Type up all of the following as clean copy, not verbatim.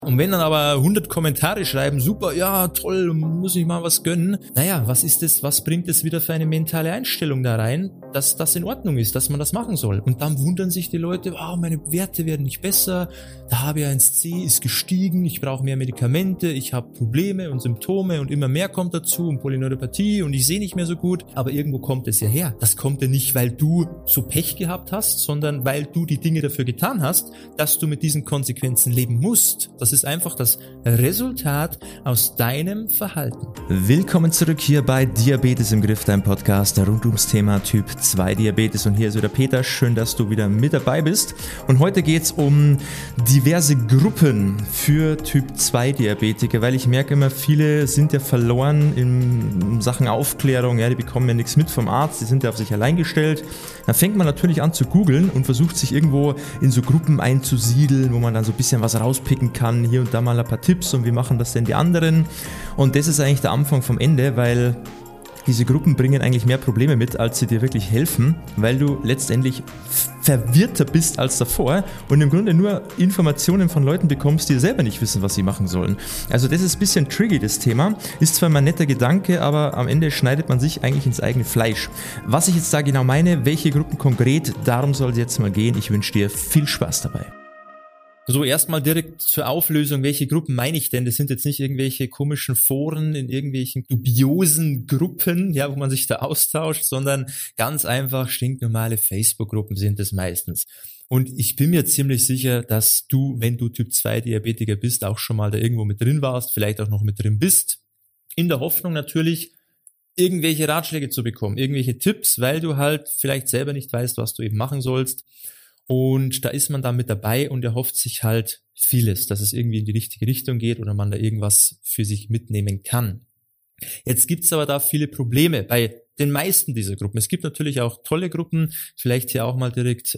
Und wenn dann aber 100 Kommentare schreiben, super, ja, toll, muss ich mal was gönnen. Naja, was ist das, was bringt es wieder für eine mentale Einstellung da rein, dass das in Ordnung ist, dass man das machen soll? Und dann wundern sich die Leute, meine Werte werden nicht besser, der HbA1c ist gestiegen, ich brauche mehr Medikamente, ich habe Probleme und Symptome und immer mehr kommt dazu und Polyneuropathie und ich sehe nicht mehr so gut. Aber irgendwo kommt es ja her. Das kommt ja nicht, weil du so Pech gehabt hast, sondern weil du die Dinge dafür getan hast, dass du mit diesen Konsequenzen leben musst. Das ist einfach das Resultat aus deinem Verhalten. Willkommen zurück hier bei Diabetes im Griff, dein Podcast rund ums Thema Typ 2 Diabetes. Und hier ist wieder Peter. Schön, dass du wieder mit dabei bist. Und heute geht's um diverse Gruppen für Typ 2 Diabetiker, weil ich merke immer, viele sind ja verloren in Sachen Aufklärung. Ja, die bekommen ja nichts mit vom Arzt, die sind ja auf sich allein gestellt. Dann fängt man natürlich an zu googeln und versucht sich irgendwo in so Gruppen einzusiedeln, wo man dann so ein bisschen was rauspicken kann, hier und da mal ein paar Tipps und wie machen das denn die anderen. Und das ist eigentlich der Anfang vom Ende, weil diese Gruppen bringen eigentlich mehr Probleme mit, als sie dir wirklich helfen, weil du letztendlich verwirrter bist als davor und im Grunde nur Informationen von Leuten bekommst, die selber nicht wissen, was sie machen sollen. Also das ist ein bisschen tricky, das Thema. Ist zwar mal ein netter Gedanke, aber am Ende schneidet man sich eigentlich ins eigene Fleisch. Was ich jetzt da genau meine, welche Gruppen konkret, darum soll es jetzt mal gehen. Ich wünsche dir viel Spaß dabei. So, erstmal direkt zur Auflösung, welche Gruppen meine ich denn? Das sind jetzt nicht irgendwelche komischen Foren in irgendwelchen dubiosen Gruppen, ja, wo man sich da austauscht, sondern ganz einfach stinknormale Facebook-Gruppen sind es meistens. Und ich bin mir ziemlich sicher, dass du, wenn du Typ 2 Diabetiker bist, auch schon mal da irgendwo mit drin warst, vielleicht auch noch mit drin bist, in der Hoffnung natürlich, irgendwelche Ratschläge zu bekommen, irgendwelche Tipps, weil du halt vielleicht selber nicht weißt, was du eben machen sollst. Und da ist man dann mit dabei und erhofft sich halt vieles, dass es irgendwie in die richtige Richtung geht oder man da irgendwas für sich mitnehmen kann. Jetzt gibt's aber da viele Probleme bei den meisten dieser Gruppen. Es gibt natürlich auch tolle Gruppen, vielleicht hier auch mal direkt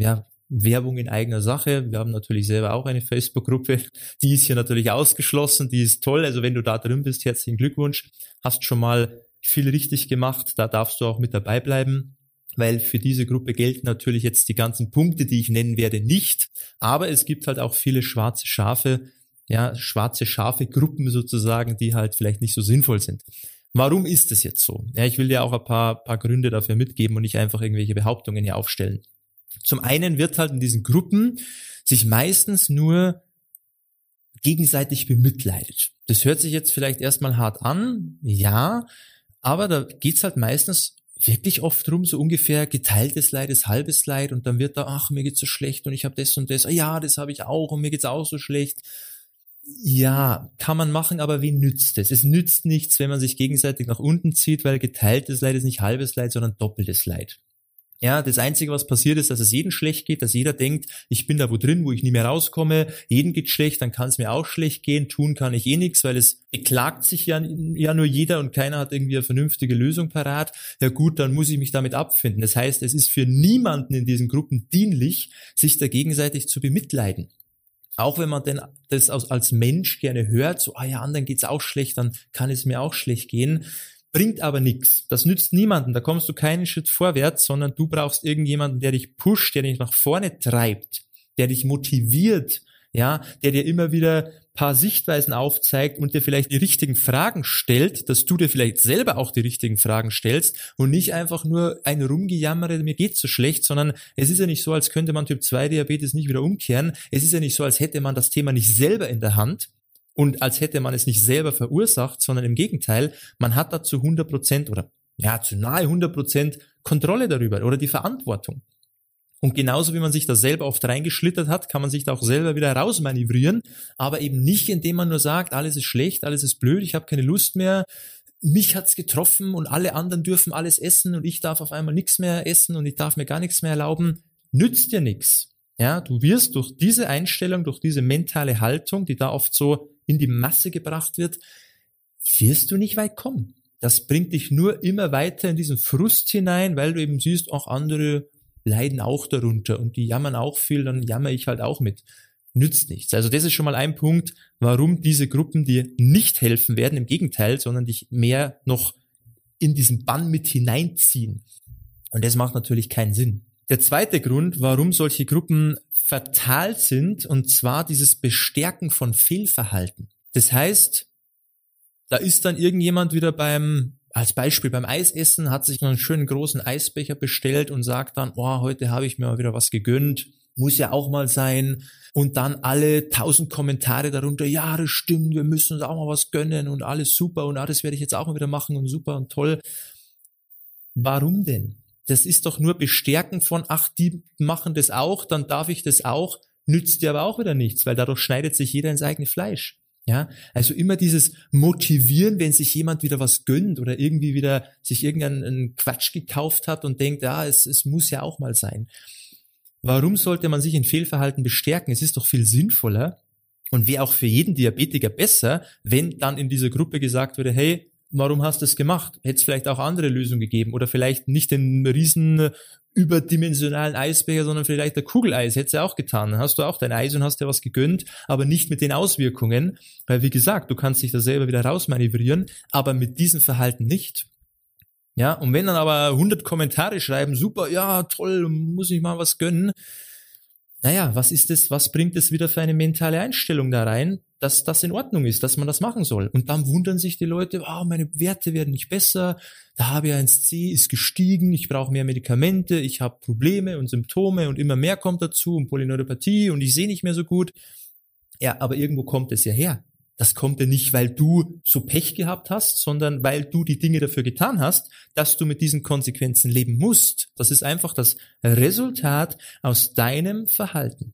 Werbung in eigener Sache. Wir haben natürlich selber auch eine Facebook-Gruppe, die ist hier natürlich ausgeschlossen, die ist toll. Also wenn du da drin bist, herzlichen Glückwunsch, hast schon mal viel richtig gemacht, da darfst du auch mit dabei bleiben. Weil für diese Gruppe gelten natürlich jetzt die ganzen Punkte, die ich nennen werde, nicht. Aber es gibt halt auch viele schwarze Schafe Gruppen sozusagen, die halt vielleicht nicht so sinnvoll sind. Warum ist es jetzt so? Ja, ich will dir auch ein paar Gründe dafür mitgeben und nicht einfach irgendwelche Behauptungen hier aufstellen. Zum einen wird halt in diesen Gruppen sich meistens nur gegenseitig bemitleidet. Das hört sich jetzt vielleicht erstmal hart an, ja, aber da geht's halt meistens wirklich oft drum, so ungefähr geteiltes Leid ist halbes Leid und dann wird da, mir geht's so schlecht und ich habe das und das, ja, das habe ich auch und mir geht's auch so schlecht. Ja, kann man machen, aber wie nützt es? Es nützt nichts, wenn man sich gegenseitig nach unten zieht, weil geteiltes Leid ist nicht halbes Leid, sondern doppeltes Leid. Ja, das Einzige, was passiert ist, dass es jedem schlecht geht, dass jeder denkt, ich bin da wo drin, wo ich nie mehr rauskomme, jedem geht's schlecht, dann kann es mir auch schlecht gehen, tun kann ich eh nichts, weil es beklagt sich ja nur jeder und keiner hat irgendwie eine vernünftige Lösung parat. Ja gut, dann muss ich mich damit abfinden. Das heißt, es ist für niemanden in diesen Gruppen dienlich, sich da gegenseitig zu bemitleiden. Auch wenn man denn das als Mensch gerne hört, so, anderen geht's auch schlecht, dann kann es mir auch schlecht gehen. Bringt aber nichts. Das nützt niemanden. Da kommst du keinen Schritt vorwärts, sondern du brauchst irgendjemanden, der dich pusht, der dich nach vorne treibt, der dich motiviert, ja, der dir immer wieder paar Sichtweisen aufzeigt und dir vielleicht die richtigen Fragen stellt, dass du dir vielleicht selber auch die richtigen Fragen stellst und nicht einfach nur ein Rumgejammere, mir geht's so schlecht, sondern es ist ja nicht so, als könnte man Typ 2 Diabetes nicht wieder umkehren. Es ist ja nicht so, als hätte man das Thema nicht selber in der Hand. Und als hätte man es nicht selber verursacht, sondern im Gegenteil, man hat da zu 100% oder zu nahe 100% Kontrolle darüber oder die Verantwortung. Und genauso wie man sich da selber oft reingeschlittert hat, kann man sich da auch selber wieder rausmanövrieren, aber eben nicht, indem man nur sagt, alles ist schlecht, alles ist blöd, ich habe keine Lust mehr, mich hat's getroffen und alle anderen dürfen alles essen und ich darf auf einmal nichts mehr essen und ich darf mir gar nichts mehr erlauben. Nützt dir nichts. Ja, du wirst durch diese Einstellung, durch diese mentale Haltung, die da oft so in die Masse gebracht wird, wirst du nicht weit kommen. Das bringt dich nur immer weiter in diesen Frust hinein, weil du eben siehst, auch andere leiden auch darunter und die jammern auch viel, dann jammer ich halt auch mit. Nützt nichts. Also das ist schon mal ein Punkt, warum diese Gruppen dir nicht helfen werden, im Gegenteil, sondern dich mehr noch in diesen Bann mit hineinziehen. Und das macht natürlich keinen Sinn. Der zweite Grund, warum solche Gruppen fatal sind, und zwar dieses Bestärken von Fehlverhalten. Das heißt, da ist dann irgendjemand wieder als Beispiel beim Eisessen, hat sich einen schönen großen Eisbecher bestellt und sagt dann, heute habe ich mir mal wieder was gegönnt, muss ja auch mal sein. Und dann alle 1000 Kommentare darunter, ja, das stimmt, wir müssen uns auch mal was gönnen und alles super und das werde ich jetzt auch mal wieder machen und super und toll. Warum denn? Das ist doch nur Bestärken von, die machen das auch, dann darf ich das auch, nützt dir aber auch wieder nichts, weil dadurch schneidet sich jeder ins eigene Fleisch. Ja, also immer dieses Motivieren, wenn sich jemand wieder was gönnt oder irgendwie wieder sich irgendeinen Quatsch gekauft hat und denkt, es muss ja auch mal sein. Warum sollte man sich in Fehlverhalten bestärken? Es ist doch viel sinnvoller und wäre auch für jeden Diabetiker besser, wenn dann in dieser Gruppe gesagt würde, hey, warum hast du das gemacht? Hätte es vielleicht auch andere Lösungen gegeben oder vielleicht nicht den riesen überdimensionalen Eisbecher, sondern vielleicht der Kugeleis, hätte es ja auch getan. Dann hast du auch dein Eis und hast dir was gegönnt, aber nicht mit den Auswirkungen, weil wie gesagt, du kannst dich da selber wieder rausmanövrieren, aber mit diesem Verhalten nicht. Ja, und wenn dann aber 100 Kommentare schreiben, super, ja, toll, muss ich mal was gönnen. Naja, was bringt es wieder für eine mentale Einstellung da rein, dass das in Ordnung ist, dass man das machen soll? Und dann wundern sich die Leute, meine Werte werden nicht besser, der HbA1c ist gestiegen, ich brauche mehr Medikamente, ich habe Probleme und Symptome und immer mehr kommt dazu und Polyneuropathie und ich sehe nicht mehr so gut. Ja, aber irgendwo kommt es ja her. Das kommt ja nicht, weil du so Pech gehabt hast, sondern weil du die Dinge dafür getan hast, dass du mit diesen Konsequenzen leben musst. Das ist einfach das Resultat aus deinem Verhalten.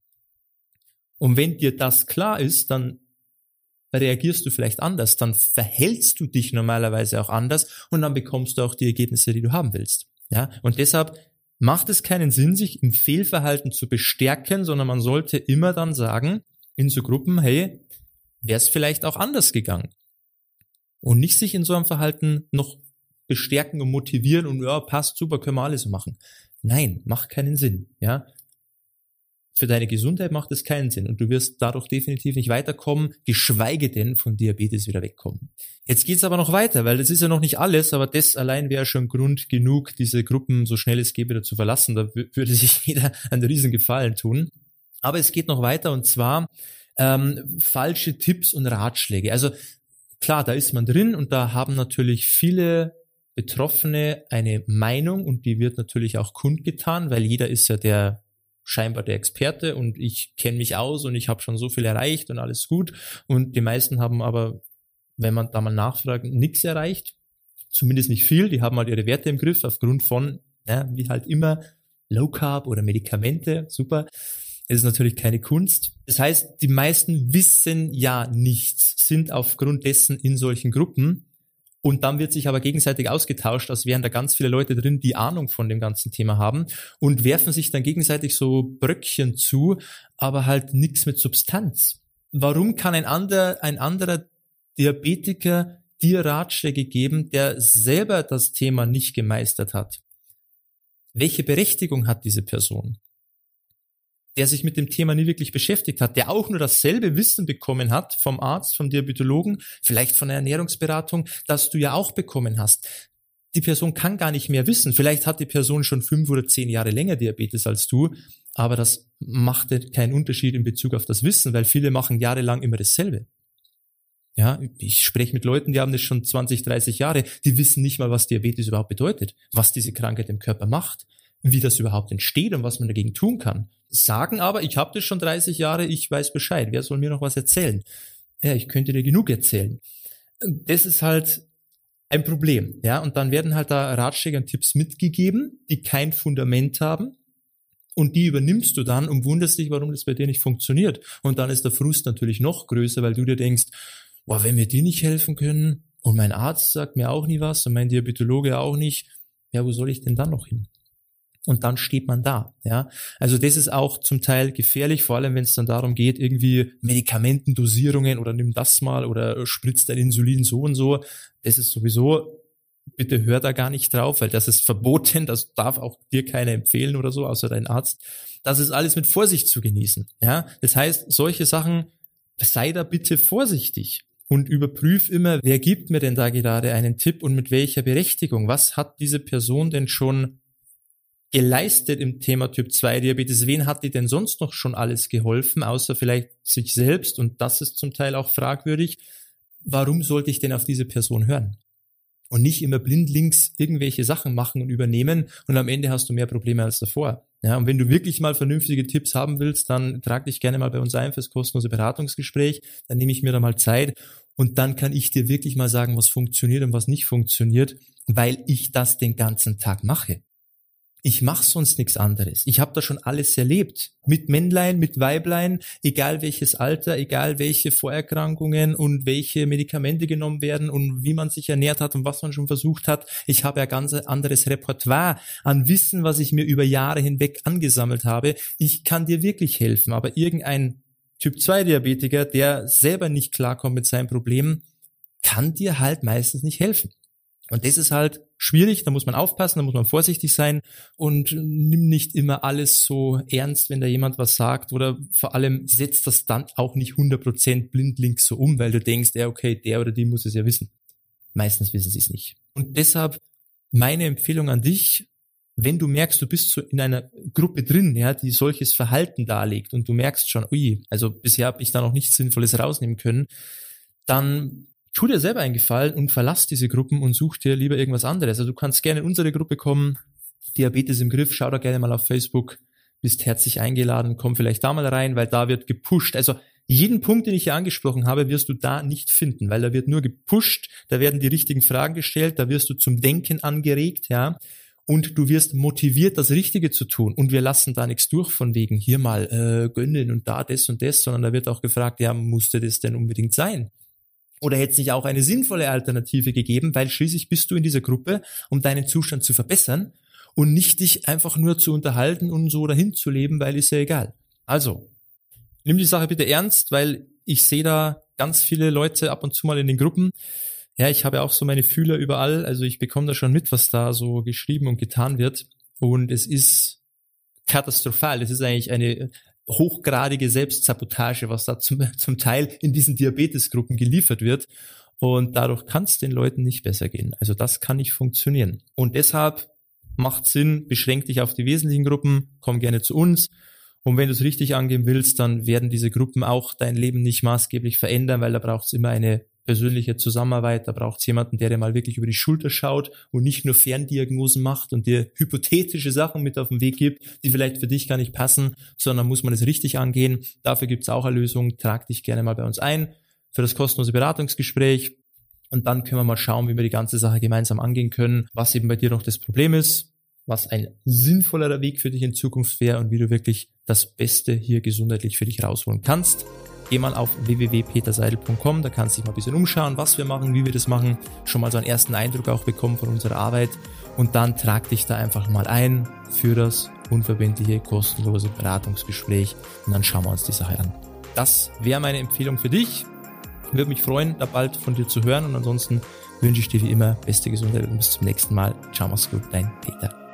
Und wenn dir das klar ist, dann reagierst du vielleicht anders, dann verhältst du dich normalerweise auch anders und dann bekommst du auch die Ergebnisse, die du haben willst. Ja? Und deshalb macht es keinen Sinn, sich im Fehlverhalten zu bestärken, sondern man sollte immer dann sagen, in so Gruppen, hey, wäre es vielleicht auch anders gegangen. Und nicht sich in so einem Verhalten noch bestärken und motivieren und passt super, können wir alles so machen. Nein, macht keinen Sinn. Ja, für deine Gesundheit macht es keinen Sinn und du wirst dadurch definitiv nicht weiterkommen, geschweige denn von Diabetes wieder wegkommen. Jetzt geht's aber noch weiter, weil das ist ja noch nicht alles, aber das allein wäre schon Grund genug, diese Gruppen so schnell es geht wieder zu verlassen. Da würde sich jeder einen riesen Gefallen tun. Aber es geht noch weiter und zwar falsche Tipps und Ratschläge. Also klar, da ist man drin und da haben natürlich viele Betroffene eine Meinung und die wird natürlich auch kundgetan, weil jeder ist ja scheinbar der Experte und ich kenne mich aus und ich habe schon so viel erreicht und alles gut. Und die meisten haben aber, wenn man da mal nachfragt, nichts erreicht, zumindest nicht viel. Die haben halt ihre Werte im Griff aufgrund von, wie halt immer, Low Carb oder Medikamente, super. Es ist natürlich keine Kunst. Das heißt, die meisten wissen ja nichts, sind aufgrund dessen in solchen Gruppen und dann wird sich aber gegenseitig ausgetauscht, als wären da ganz viele Leute drin, die Ahnung von dem ganzen Thema haben und werfen sich dann gegenseitig so Bröckchen zu, aber halt nichts mit Substanz. Warum kann ein anderer Diabetiker dir Ratschläge geben, der selber das Thema nicht gemeistert hat? Welche Berechtigung hat diese Person? Der sich mit dem Thema nie wirklich beschäftigt hat, der auch nur dasselbe Wissen bekommen hat vom Arzt, vom Diabetologen, vielleicht von der Ernährungsberatung, das du ja auch bekommen hast. Die Person kann gar nicht mehr wissen. Vielleicht hat die Person schon 5 oder 10 Jahre länger Diabetes als du, aber das machte keinen Unterschied in Bezug auf das Wissen, weil viele machen jahrelang immer dasselbe. Ja, ich spreche mit Leuten, die haben das schon 20, 30 Jahre, die wissen nicht mal, was Diabetes überhaupt bedeutet, was diese Krankheit im Körper macht, wie das überhaupt entsteht und was man dagegen tun kann. Sagen aber, ich habe das schon 30 Jahre, ich weiß Bescheid, wer soll mir noch was erzählen? Ja, ich könnte dir genug erzählen. Das ist halt ein Problem, ja, und dann werden halt da Ratschläge und Tipps mitgegeben, die kein Fundament haben und die übernimmst du dann und wunderst dich, warum das bei dir nicht funktioniert. Und dann ist der Frust natürlich noch größer, weil du dir denkst, wenn mir die nicht helfen können und mein Arzt sagt mir auch nie was und mein Diabetologe auch nicht, ja, wo soll ich denn dann noch hin? Und dann steht man da, ja. Also das ist auch zum Teil gefährlich, vor allem wenn es dann darum geht, irgendwie Medikamentendosierungen oder nimm das mal oder spritzt dein Insulin so und so. Das ist sowieso, bitte hör da gar nicht drauf, weil das ist verboten, das darf auch dir keiner empfehlen oder so, außer dein Arzt. Das ist alles mit Vorsicht zu genießen, ja. Das heißt, solche Sachen, sei da bitte vorsichtig. Und überprüf immer, wer gibt mir denn da gerade einen Tipp und mit welcher Berechtigung? Was hat diese Person denn schon geleistet im Thema Typ 2 Diabetes? Wen hat dir denn sonst noch schon alles geholfen, außer vielleicht sich selbst? Und das ist zum Teil auch fragwürdig. Warum sollte ich denn auf diese Person hören? Und nicht immer blindlings irgendwelche Sachen machen und übernehmen und am Ende hast du mehr Probleme als davor. Ja, und wenn du wirklich mal vernünftige Tipps haben willst, dann trag dich gerne mal bei uns ein fürs kostenlose Beratungsgespräch. Dann nehme ich mir da mal Zeit und dann kann ich dir wirklich mal sagen, was funktioniert und was nicht funktioniert, weil ich das den ganzen Tag mache. Ich mache sonst nichts anderes. Ich habe da schon alles erlebt. Mit Männlein, mit Weiblein, egal welches Alter, egal welche Vorerkrankungen und welche Medikamente genommen werden und wie man sich ernährt hat und was man schon versucht hat. Ich habe ja ganz anderes Repertoire an Wissen, was ich mir über Jahre hinweg angesammelt habe. Ich kann dir wirklich helfen, aber irgendein Typ-2-Diabetiker, der selber nicht klarkommt mit seinem Problem, kann dir halt meistens nicht helfen. Und das ist halt schwierig, da muss man aufpassen, da muss man vorsichtig sein und nimm nicht immer alles so ernst, wenn da jemand was sagt oder vor allem setzt das dann auch nicht 100% blindlings so um, weil du denkst, ja okay, der oder die muss es ja wissen. Meistens wissen sie es nicht. Und deshalb meine Empfehlung an dich, wenn du merkst, du bist so in einer Gruppe drin, ja, die solches Verhalten darlegt und du merkst schon, ui, also bisher habe ich da noch nichts Sinnvolles rausnehmen können, dann tu dir selber einen Gefallen und verlass diese Gruppen und such dir lieber irgendwas anderes. Also du kannst gerne in unsere Gruppe kommen, Diabetes im Griff, schau da gerne mal auf Facebook, bist herzlich eingeladen, komm vielleicht da mal rein, weil da wird gepusht. Also jeden Punkt, den ich hier angesprochen habe, wirst du da nicht finden, weil da wird nur gepusht, da werden die richtigen Fragen gestellt, da wirst du zum Denken angeregt, ja, und du wirst motiviert, das Richtige zu tun. Und wir lassen da nichts durch von wegen hier mal gönnen und da das und das, sondern da wird auch gefragt, ja, musste das denn unbedingt sein? Oder hätte es nicht auch eine sinnvolle Alternative gegeben, weil schließlich bist du in dieser Gruppe, um deinen Zustand zu verbessern und nicht dich einfach nur zu unterhalten und so dahin zu leben, weil ist ja egal. Also, nimm die Sache bitte ernst, weil ich sehe da ganz viele Leute ab und zu mal in den Gruppen. Ja, ich habe auch so meine Fühler überall, also ich bekomme da schon mit, was da so geschrieben und getan wird und es ist katastrophal. Es ist eigentlich eine hochgradige Selbstsabotage, was da zum Teil in diesen Diabetesgruppen geliefert wird. Und dadurch kann es den Leuten nicht besser gehen. Also das kann nicht funktionieren. Und deshalb macht Sinn, beschränk dich auf die wesentlichen Gruppen, komm gerne zu uns. Und wenn du es richtig angehen willst, dann werden diese Gruppen auch dein Leben nicht maßgeblich verändern, weil da braucht es immer eine persönliche Zusammenarbeit, da braucht es jemanden, der dir mal wirklich über die Schulter schaut und nicht nur Ferndiagnosen macht und dir hypothetische Sachen mit auf den Weg gibt, die vielleicht für dich gar nicht passen, sondern muss man es richtig angehen. Dafür gibt es auch eine Lösung. Trag dich gerne mal bei uns ein für das kostenlose Beratungsgespräch und dann können wir mal schauen, wie wir die ganze Sache gemeinsam angehen können, was eben bei dir noch das Problem ist, was ein sinnvollerer Weg für dich in Zukunft wäre und wie du wirklich das Beste hier gesundheitlich für dich rausholen kannst. Geh mal auf www.peterseidel.com, da kannst du dich mal ein bisschen umschauen, was wir machen, wie wir das machen, schon mal so einen ersten Eindruck auch bekommen von unserer Arbeit und dann trag dich da einfach mal ein für das unverbindliche, kostenlose Beratungsgespräch und dann schauen wir uns die Sache an. Das wäre meine Empfehlung für dich. Würde mich freuen, da bald von dir zu hören und ansonsten wünsche ich dir wie immer beste Gesundheit und bis zum nächsten Mal. Ciao, mach's gut, dein Peter.